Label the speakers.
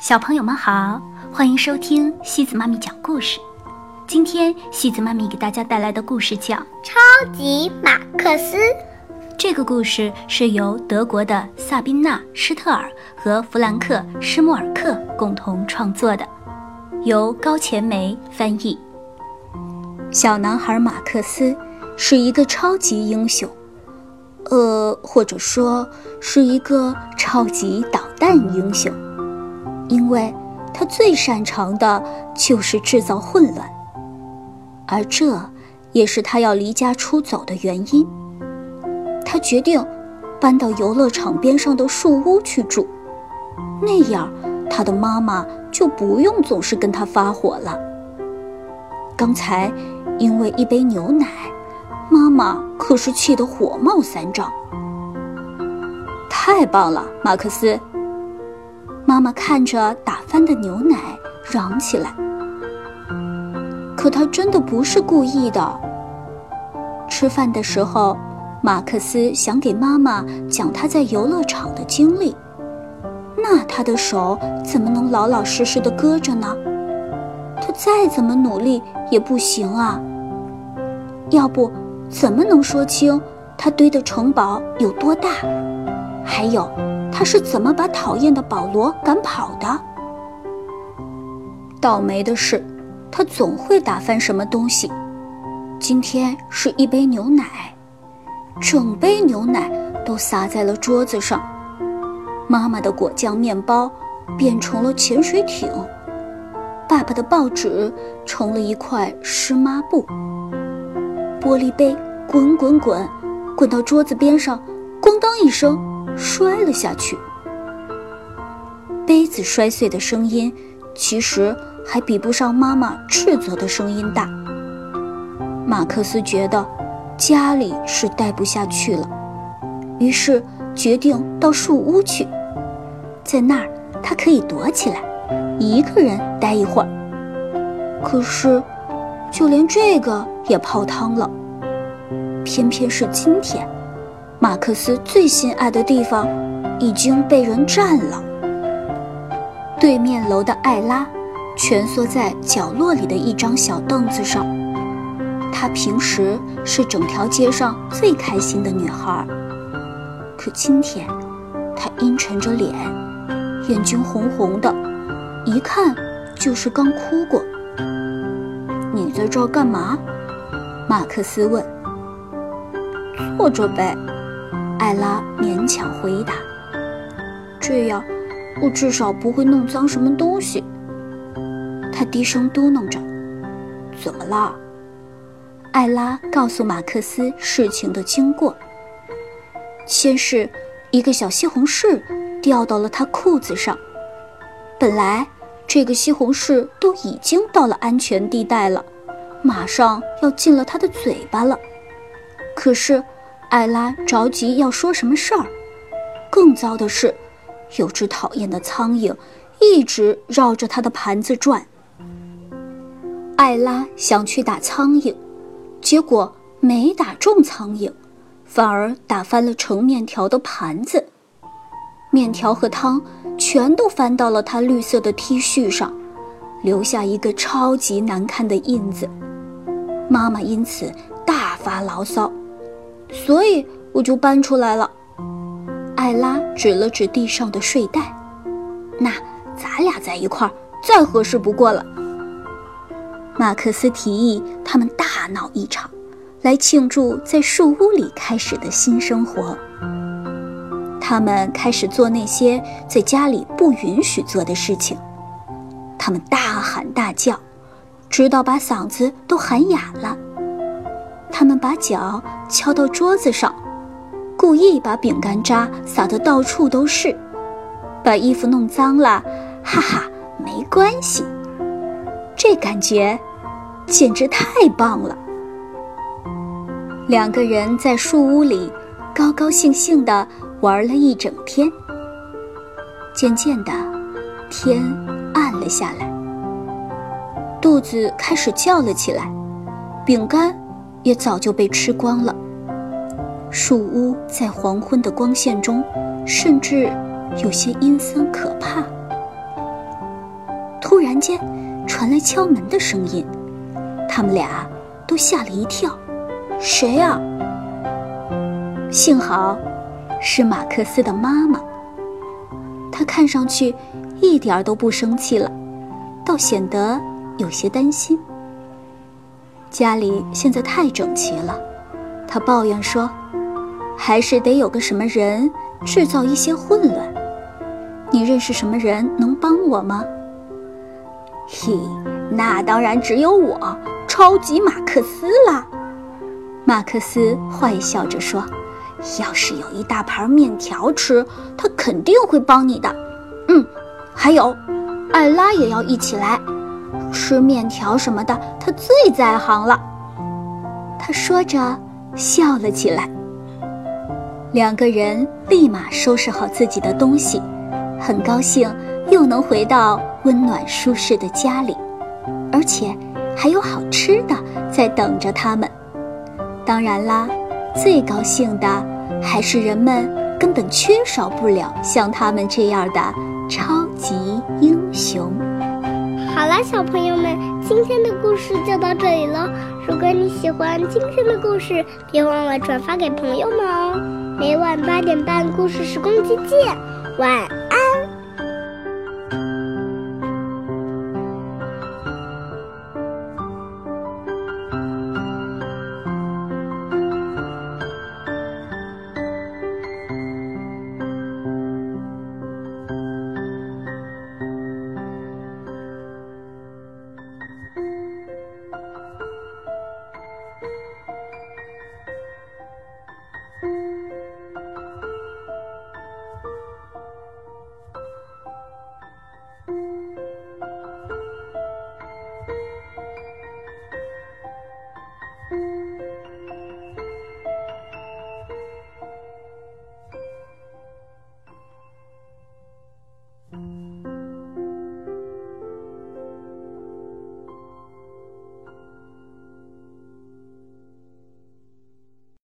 Speaker 1: 小朋友们好，欢迎收听西子妈咪讲故事。今天西子妈咪给大家带来的故事叫《
Speaker 2: 超级马克思》。
Speaker 1: 这个故事是由德国的萨宾娜·施特尔和弗兰克·施莫尔克共同创作的，由高前梅翻译。小男孩马克思是一个超级英雄，或者说是一个超级捣蛋英雄，因为他最擅长的就是制造混乱，而这也是他要离家出走的原因。他决定搬到游乐场边上的树屋去住，那样他的妈妈就不用总是跟他发火了。刚才因为一杯牛奶，妈妈可是气得火冒三丈。太棒了，马克思！妈妈看着打翻的牛奶嚷起来。可她真的不是故意的。吃饭的时候，马克思想给妈妈讲他在游乐场的经历，那他的手怎么能老老实实地搁着呢？他再怎么努力也不行啊。要不怎么能说清他堆的城堡有多大？还有他是怎么把讨厌的保罗赶跑的？倒霉的是，他总会打翻什么东西。今天是一杯牛奶，整杯牛奶都洒在了桌子上。妈妈的果酱面包变成了潜水艇，爸爸的报纸成了一块湿抹布，玻璃杯滚滚滚，滚到桌子边上，咣当一声摔了下去。杯子摔碎的声音其实还比不上妈妈斥责的声音大。马克思觉得家里是待不下去了，于是决定到树屋去，在那儿他可以躲起来，一个人待一会儿。可是就连这个也泡汤了。偏偏是今天，马克思最心爱的地方已经被人占了。对面楼的艾拉蜷缩在角落里的一张小凳子上，她平时是整条街上最开心的女孩，可今天她阴沉着脸，眼睛红红的，一看就是刚哭过。你在这儿干嘛？马克思问。坐着呗，艾拉勉强回答，这样我至少不会弄脏什么东西。他低声嘟囔着。怎么啦？艾拉告诉马克思事情的经过。先是一个小西红柿掉到了他裤子上，本来这个西红柿都已经到了安全地带了，马上要进了他的嘴巴了。可是艾拉着急要说什么事儿，更糟的是，有只讨厌的苍蝇一直绕着他的盘子转。艾拉想去打苍蝇，结果没打中苍蝇，反而打翻了盛面条的盘子，面条和汤全都翻到了他绿色的 T 恤上，留下一个超级难看的印子。妈妈因此大发牢骚，所以我就搬出来了。艾拉指了指地上的睡袋，那咱俩在一块儿再合适不过了。马克思提议他们大闹一场，来庆祝在树屋里开始的新生活。他们开始做那些在家里不允许做的事情，他们大喊大叫，直到把嗓子都喊哑了。他们把脚敲到桌子上，故意把饼干渣撒得到处都是，把衣服弄脏了，哈哈，没关系。这感觉简直太棒了。两个人在树屋里高高兴兴地玩了一整天。渐渐的，天暗了下来，肚子开始叫了起来，饼干也早就被吃光了。树屋在黄昏的光线中，甚至有些阴森可怕。 然间传来敲门的声音，他们俩都吓了一跳。谁啊？幸好是马克思的妈妈，她看上去一点都不生气了，倒显得有些担心。家里现在太整齐了，她抱怨说，还是得有个什么人制造一些混乱。你认识什么人能帮我吗？嘿，那当然只有我，超级马克思啦。马克思坏笑着说，要是有一大盘面条吃，他肯定会帮你的。还有艾拉也要一起来，吃面条什么的他最在行了。他说着笑了起来。两个人立马收拾好自己的东西，很高兴又能回到温暖舒适的家里，而且还有好吃的在等着他们。当然啦，最高兴的还是人们根本缺少不了像他们这样的超级英雄。
Speaker 2: 好了，小朋友们，今天的故事就到这里了。如果你喜欢今天的故事，别忘了转发给朋友们哦。每晚8点半，故事时光机见，晚安。